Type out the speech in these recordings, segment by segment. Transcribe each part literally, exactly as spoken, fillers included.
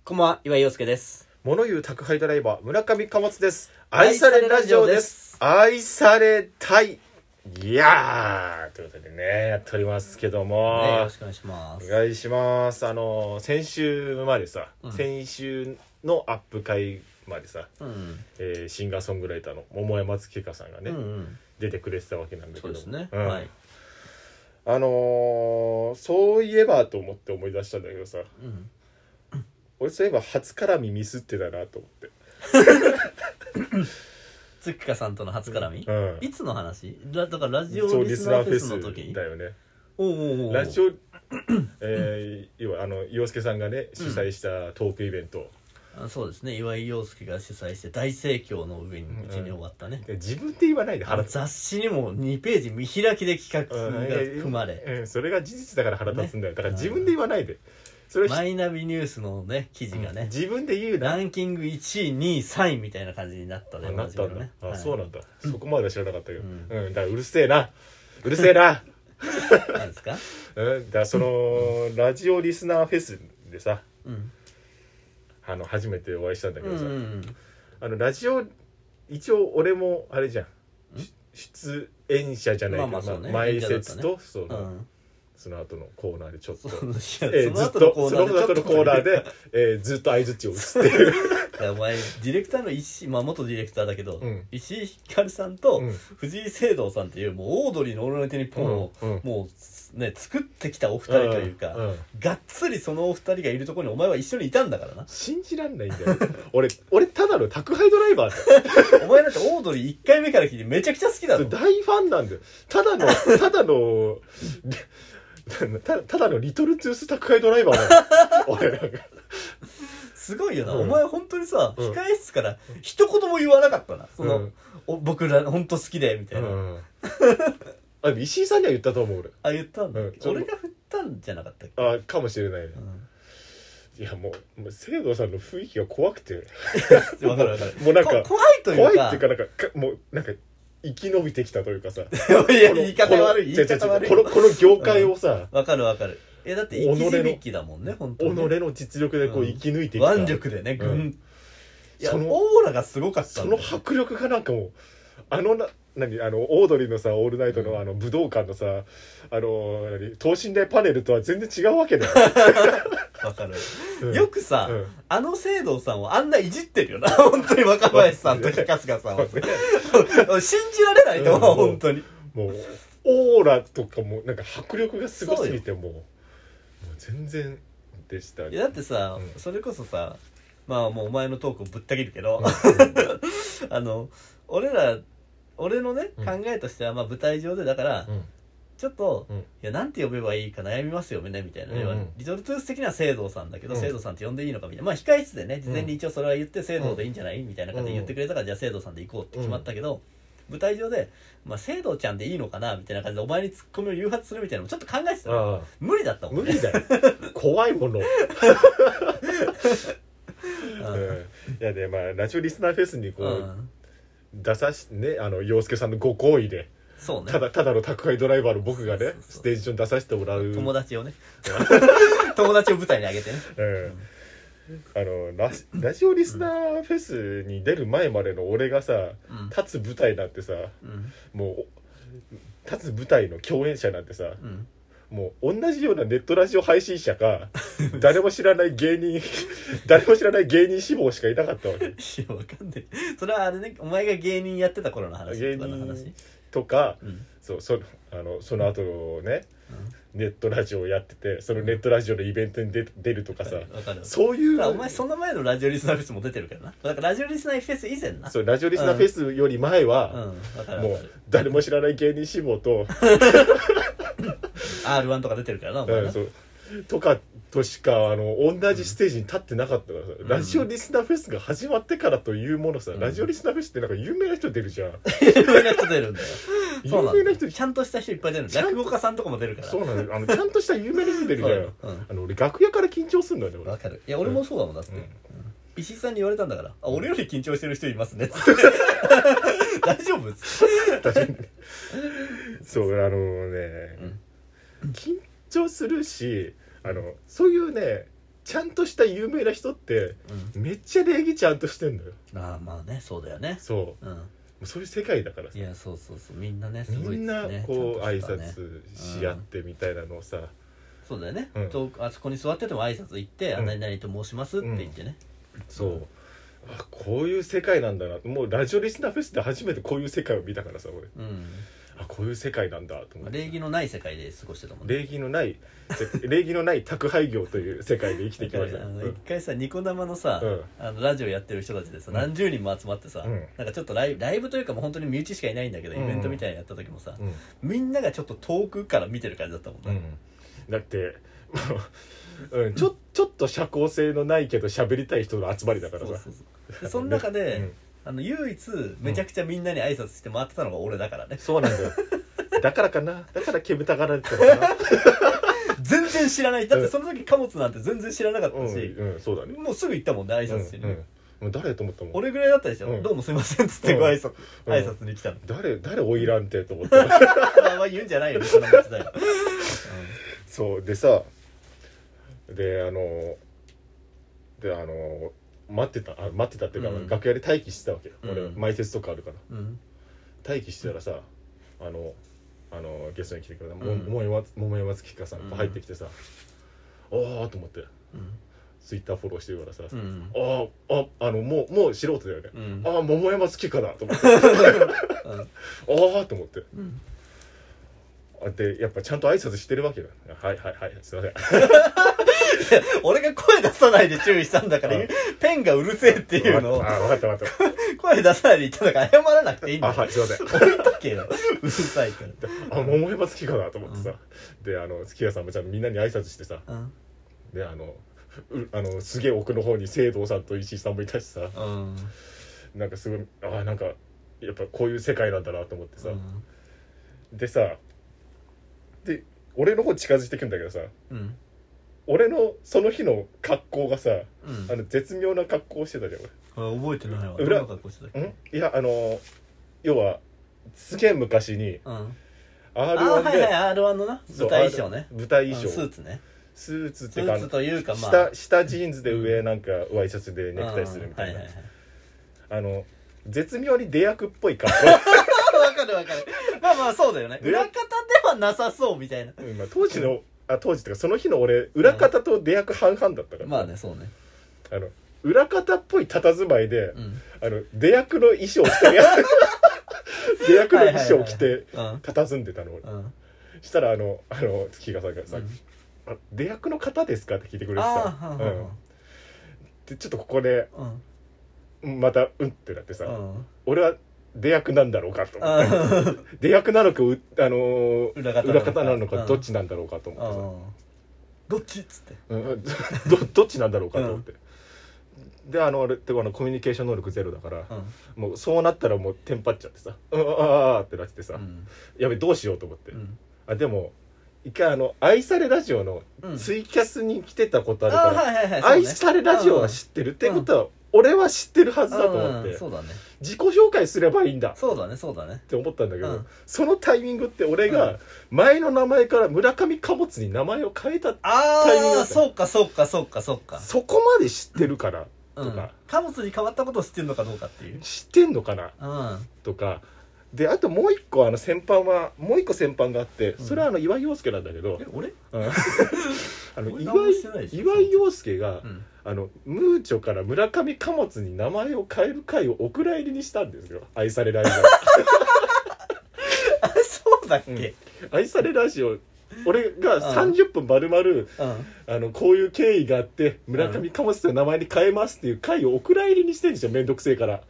こんばんは、岩井陽介です。 物言う宅配ドライバー村上貨物です。愛されラジオです。愛されたい。いやーということでねやっておりますけども、 ね、よろしくお願いします。 お願いします。あの先週までさ、うん、先週のアップ会までさ、うんえー、シンガーソングライターの桃山月花さんがね、うんうん、出てくれてたわけなんだけど、 そうですね、 うん、 はい。 あのー、そういえばと思って思い出したんだけどさ、うん、俺そういえば初絡みミスってたなと思って月花さんとの初絡み、 うん、 いつの話だからラジオリスナーフェスの時だよね。 おうおうおうラジオ、えー、要はあの陽介さんがね主催したトークイベント、 うん、あそうですね、岩井陽介が主催して大盛況の上にうちに終わったね、 うん、自分で言わないで腹立つ。 雑誌にもにページ見開きで企画が組まれ、 うん、それが事実だから腹立つんだよ、ね、だから自分で言わないで、 それマイナビニュースのね記事がね、 うん、自分で言うな。 ランキングいちいにいさんいみたいな感じになったね。 あなったんだ、ね、あ、はい、そうなんだ、 うん、 そこまでは知らなかったけど、うんうん、だからうるせえなうるせえな何ですか、 うん、だからその、うん、ラジオリスナーフェスでさ、うん、あの初めてお会いしたんだけどさ、うんうん、あのラジオ一応俺もあれじゃん、出演者じゃないけど、まあまあね、前説と、ね、その、うんその後のコーナーでちょっと、えー、ずっとその後のコーナーで、えー、ずっと相づちを打つっていうお前ディレクターの石井、まあ、元ディレクターだけど、うん、石井ひかるさんと藤井聖堂さんっていうもうオードリーのオールナイトニッポンを、うん、もうね作ってきたお二人というか、うんうん、がっつりそのお二人がいるところにお前は一緒にいたんだからな。 信じらんないんだよ俺俺ただの宅配ドライバーだお前だってオードリーいっかいめから聞いてめちゃくちゃ好きだろ。 大ファンなんだよ。ただのただのた, ただのリトルトゥース宅配ドライバーなの俺なんかすごいよな、うん、お前本当にさ、うん、控え室から一言も言わなかったな、その、うん、お僕ら本当好きでみたいな、うん、 あ石井さんには言ったと思う俺。 あ言ったんだっけ、うん、俺が振ったんじゃなかったっけ。 あかもしれないね、うん、いやもう、もう聖堂さんの雰囲気が怖くてわかるわかるもうなんか怖いというか怖いっていうかなんかもうなんか生き延びてきたというかさいや言い方悪い言い方悪いこのこの業界をさわ、 うん、かるわかる。えだって生き字引だもんね本当にね。 己の実力でこう生き抜いてきた、 うん、腕力でね、うん、いやそのオーラがすごかったんだよ。 その迫力がなんかもうあのな何あのオードリーのさオールナイトの、うん、あの武道館のさあの何等身大パネルとは全然違うわけだよわかる、うん、よくさ、うん、あの聖堂さんをあんないじってるよな本当に若林さんと春日さんは信じられないと思う、うん、本当にもうオーラとかもなんか迫力がすごすぎてもう、もう全然でした。 いやだってさ、うん、それこそさまあもうお前のトークをぶった切るけど、うん、あの俺ら俺のね、うん、考えとしてはまあ舞台上でだから、うん、ちょっと、うん、いやなんて呼べばいいか悩みますよねみたいな、うんうん、リトルトゥース的には聖堂さんだけど、うん、聖堂さんって呼んでいいのかみたいな、まあ控え室でね事前に一応それは言って聖堂でいいんじゃない、うん、みたいな感じで言ってくれたから、うん、じゃあ聖堂さんで行こうって決まったけど、うん、舞台上で、まあ、聖堂ちゃんでいいのかなみたいな感じでお前にツッコミを誘発するみたいなのもちょっと考えてたの。無理だったもんね。 無理だよ怖いものうん、いやでまあラジオリスナーフェスにこう、うん出さしねあの陽介さんのご好意でそう、ね、 ただただの宅配ドライバーの僕がねそうそうそうステージ上に出させてもらう友達をね友達を舞台に上げてね、 うん、あの ラ, ラジオリスナーフェスに出る前までの俺がさ、うん、立つ舞台なんてさ、うん、もう立つ舞台の共演者なんてさ、うんもう同じようなネットラジオ配信者か誰も知らない芸人誰も知らない芸人志望しかいなかったわけ。いやわかんないそれはあれねお前が芸人やってた頃の話芸人とか、うん、そうそあのその後のね、うん、ネットラジオやっててそのネットラジオのイベントに 出, 出るとかさそういうお前その前のラジオリスナーフェスも出てるからな。だからラジオリスナーフェス以前なそうラジオリスナーフェスより前は、うんうん、もう誰も知らない芸人志望とアールワン とか出てるからなお前な、 うん、そうとかとしかあの同じステージに立ってなかったからさ、うん、ラジオリスナーフェスが始まってからというものさ、うん、ラジオリスナーフェスってなんか有名な人出るじゃん有名な人出るんだよ有名な人ちゃんとした人いっぱい出る落語家さんとかも出るからそうなのよあのちゃんとした有名な人出るじゃん、うん、あの俺楽屋から緊張するんだよね俺。 わかるいや俺もそうだもんだって、うんうん、石井さんに言われたんだからあ俺より緊張してる人いますね大丈夫そうあのね、うん、緊張するしあのそういうねちゃんとした有名な人って、うん、めっちゃ礼儀ちゃんとしてんだよ。 ああまあねそうだよね。 そう、うん、そういう世界だからさ。 いやそうそうそうみんなねすごいですね。 みんなこう、ね、挨拶し合ってみたいなのをさ、うん、 そうだよね、うん、とあそこに座ってても挨拶行って「うん、何々と申します」って言ってね、 うん、そう、あこういう世界なんだな。もうラジオリスナーフェスで初めてこういう世界を見たからさ俺、うん、あこういう世界なんだと思って。 礼儀のない世界で過ごしてたもんね。 礼儀のない礼儀のない宅配業という世界で生きてきました。 一回さニコ生のさ、うん、あのラジオやってる人たちでさ、うん、何十人も集まってさ、うん、なんかちょっとライブ、ライブというかもう本当に身内しかいないんだけど、うん、イベントみたいなのやった時もさ、うん、みんながちょっと遠くから見てる感じだったもんね、 うん、だってうん、ちょ, ちょっと社交性のないけど喋りたい人の集まりだからさ。そうそうそうでその中で、うん、あの唯一めちゃくちゃみんなに挨拶して回ってたのが俺だからね、うん、 そうなんだよだからかなだから煙たがられてたのかな全然知らない。だってその時貨物なんて全然知らなかったし、 うんうん、そうだね、 もうすぐ行ったもんね挨拶しに、うんうん、もう誰と思ったもん。 俺ぐらいだったでしょ、うん、どうもすいませんっつってご挨拶、うん、挨拶に来たの。 誰誰おいらんてと思ったまあまあ言うんじゃないよそんな話だよ、うん、 そうでさであのであの待ってたあ待ってたっていうか、うん、楽屋で待機してたわけよ、うん、俺前説とかあるから、うん、待機してたらさあのあのゲストに来てくれた、うん、桃山桃山月香さんが入ってきてさ、うん、おーと思って、うん、ツイッターフォローしてるからさ、うん、あああのもうもう素人だよね、うん、ああ桃山月香だと思って、うん、ああと思って、うんでやっぱちゃんと挨拶してるわけだ。はいはいはいすいません俺が声出さないで注意したんだからペンがうるせえっていうのをあ分かった分かった声出さないで言ったんだから謝らなくていいんだよ。 あはいすいません置いとけようるさいからあ桃山月香だと思ってさ、うん、であの月香さんもちゃんとみんなに挨拶してさ、うん、であのあのすげえ奥の方に聖堂さんと石井さんもいたしさ、うん、なんかすごいあなんかやっぱこういう世界なんだなと思ってさ、うん、でさで俺の方近づいてくんだけどさ、うん、俺のその日の格好がさ、うん、あの絶妙な格好してたじゃん俺。あ覚えてないわ。どんな格好してたっけ？んいやあの要はすげえ昔に、うん、アールワン で、 あはいはい アールワン のな舞台衣装ね。 舞台衣装、 スーツね。 スーツってかスーツというかまあ下, 下ジーンズで上なんかワイシャツでネクタイするみたいな、うんはいはいはい、あの絶妙に出役っぽい格好わかるわかる。まあまあそうだよね。裏方ではなさそうみたいな。 うんまあ、当時のあ当時ってかその日の俺裏方と出役半々だったから、うん、 まあねそうね。 あの裏方っぽい佇まいで、うん、あの出役の衣装を着て出役の衣装を着て佇んでたの俺、うん、したらあのあの月香さんがさ、うん、出役の方ですかって聞いてくれてさ、うん、でちょっとここで、うん、またうんってなってさ、うん、俺は出役なんだろうかと思って出役なのか、あのー、裏方なのか、裏方なのかどっちなんだろうかと思ってさ、 どっちっつって、 うん、ど, どっちなんだろうかと思って、うん、であのあれってあのコミュニケーション能力ゼロだから、うん、もうそうなったらもうテンパっちゃってさ、うん、ああってなってさ、うん、やべどうしようと思って、うん、あでも一回あの愛されラジオのツイキャスに来てたことあるから、うん、愛されラジオは知ってる、うん、ってことは、うん俺は知ってるはずだと思って、うん、 そうだね、 自己紹介すればいいんだそうだねそうだねって思ったんだけど、うん、そのタイミングって俺が前の名前から村上貨物に名前を変えたタイミングだった。 ああそうかそうかそうかそうかそこまで知ってるからとか、うん、 貨物に変わったことを知ってるのかどうかっていう知ってんのかな、うん、とかであともう一個あの先輩はもう一個先輩があって、うん、それはあの岩井陽介なんだけどえ俺あの岩井岩井陽介が、うんあのムーチョから村上貨物に名前を変える回をお蔵入りにしたんですよ。愛されラジオあそうだっけ、うん、 愛されラジオ俺がさんじゅっぷん丸々、うん、あのこういう経緯があって村上貨物の名前に変えますっていう回をお蔵入りにしてるんですよ。めんどくせえから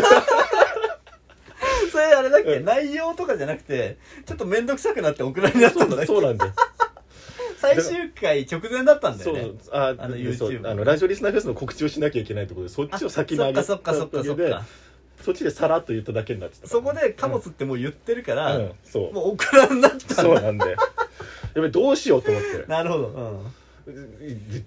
それあれだっけ、うん、内容とかじゃなくてちょっとめんどくさくなってお蔵入りになったんだっけ。 そうなんだよ最終回直前だったんだよね。 そうああの YouTube あのラジオリスナーフェスの告知をしなきゃいけないってことでそっちを先に上げたそっかそっかそっかそっかそっちでさらっと言っただけになってた、 ね、そこで貨物ってもう言ってるから、 うんうん、そうもうオクラになったんだ。 そうなんでやっぱりどうしようと思ってなるほど、 うん、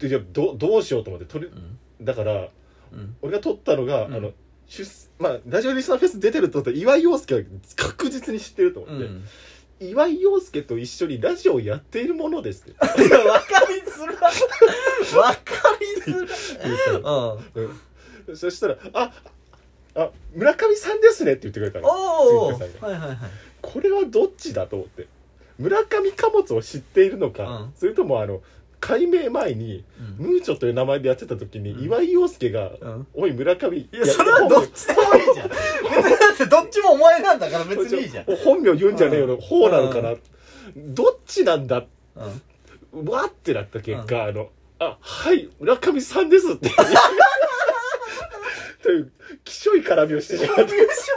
いや ど, どうしようと思って取り、うん、だから、うん、俺が取ったのが、うん、あの出まあラジオリスナーフェス出てるってことは岩井陽介は確実に知ってると思って、うん岩井陽介と一緒にラジオをやっているものですっていや分かりづら分かりづらうん、そしたらああ村上さんですねって言ってくれたの。 おお、はいはいはい。 これはどっちだと思って、村上貨物を知っているのか、うん、それともあの改名前に、うん、ムーチョという名前でやってた時に、うん、岩井陽介が、うん、おい村上、いやそれはどっちでもいいじゃん別にだってどっちもお前なんだから別にいいじゃん本名言うんじゃねえよの方なのかな、どっちなんだ、うん、わってなった結果、あのあはい村上さんですってというきしょい絡みをしてしまった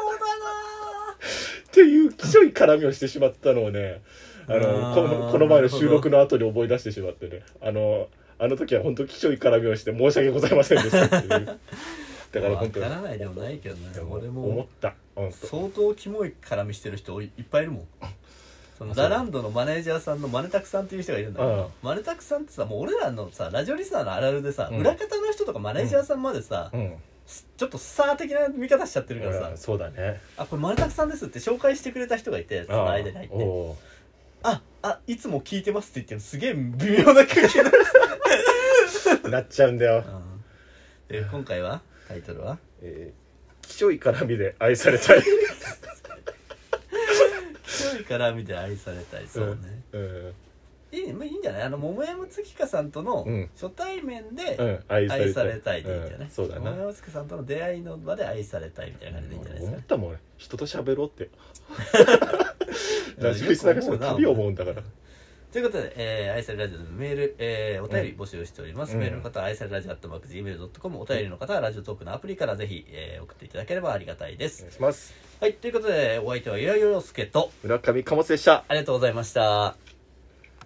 っていうきしょい絡みをしてしまったのをね、あの こ, のこの前の収録の後に思い出してしまってね、あのあの時は本当きしょい絡みをして申し訳ございませんでしたっていうだから本当に分からないでもないけどね、俺も思った相当キモい絡みしてる人いっぱいいるもんそのラランドのマネージャーさんのマネタクさんっていう人がいるんだけど、マネタクさんってさもう俺らのさラジオリスナーのあるあるでさ、うん、裏方の人とかマネージャーさんまでさ、うんうんちょっとスター的な見方しちゃってるからさ、 そうだね、 あこれマネタクさんですって紹介してくれた人がいて、その間に入ってああいつも聞いてますって言ってもすげえ微妙な空気になるなっちゃうんだよ、 うん、で今回はタイトルは、 えー、きしょい絡みで愛されたいきしょい絡みで愛されたい、そうね、うんうんいい, まあ、いいんじゃない、あの桃山月花さんとの初対面で愛されたいでいいんじゃない、うん、そうだね、桃山月花さんとの出会いの場で愛されたいみたいな感じでいいんじゃないですか、 思ったもん俺人と喋ろうってラジオリスナーがしたら旅を思うんだからということで、えー、愛されラジオのメール、えー、お便り募集しております、うん、メールの方は愛されラジオアットマーク ジーメールドットコム、 お便りの方はラジオトークのアプリからぜひ、えー、送っていただければありがたいです。 お願いします。 はい、ということでお相手は岩井陽介と村上貨物でした。 ありがとうございました。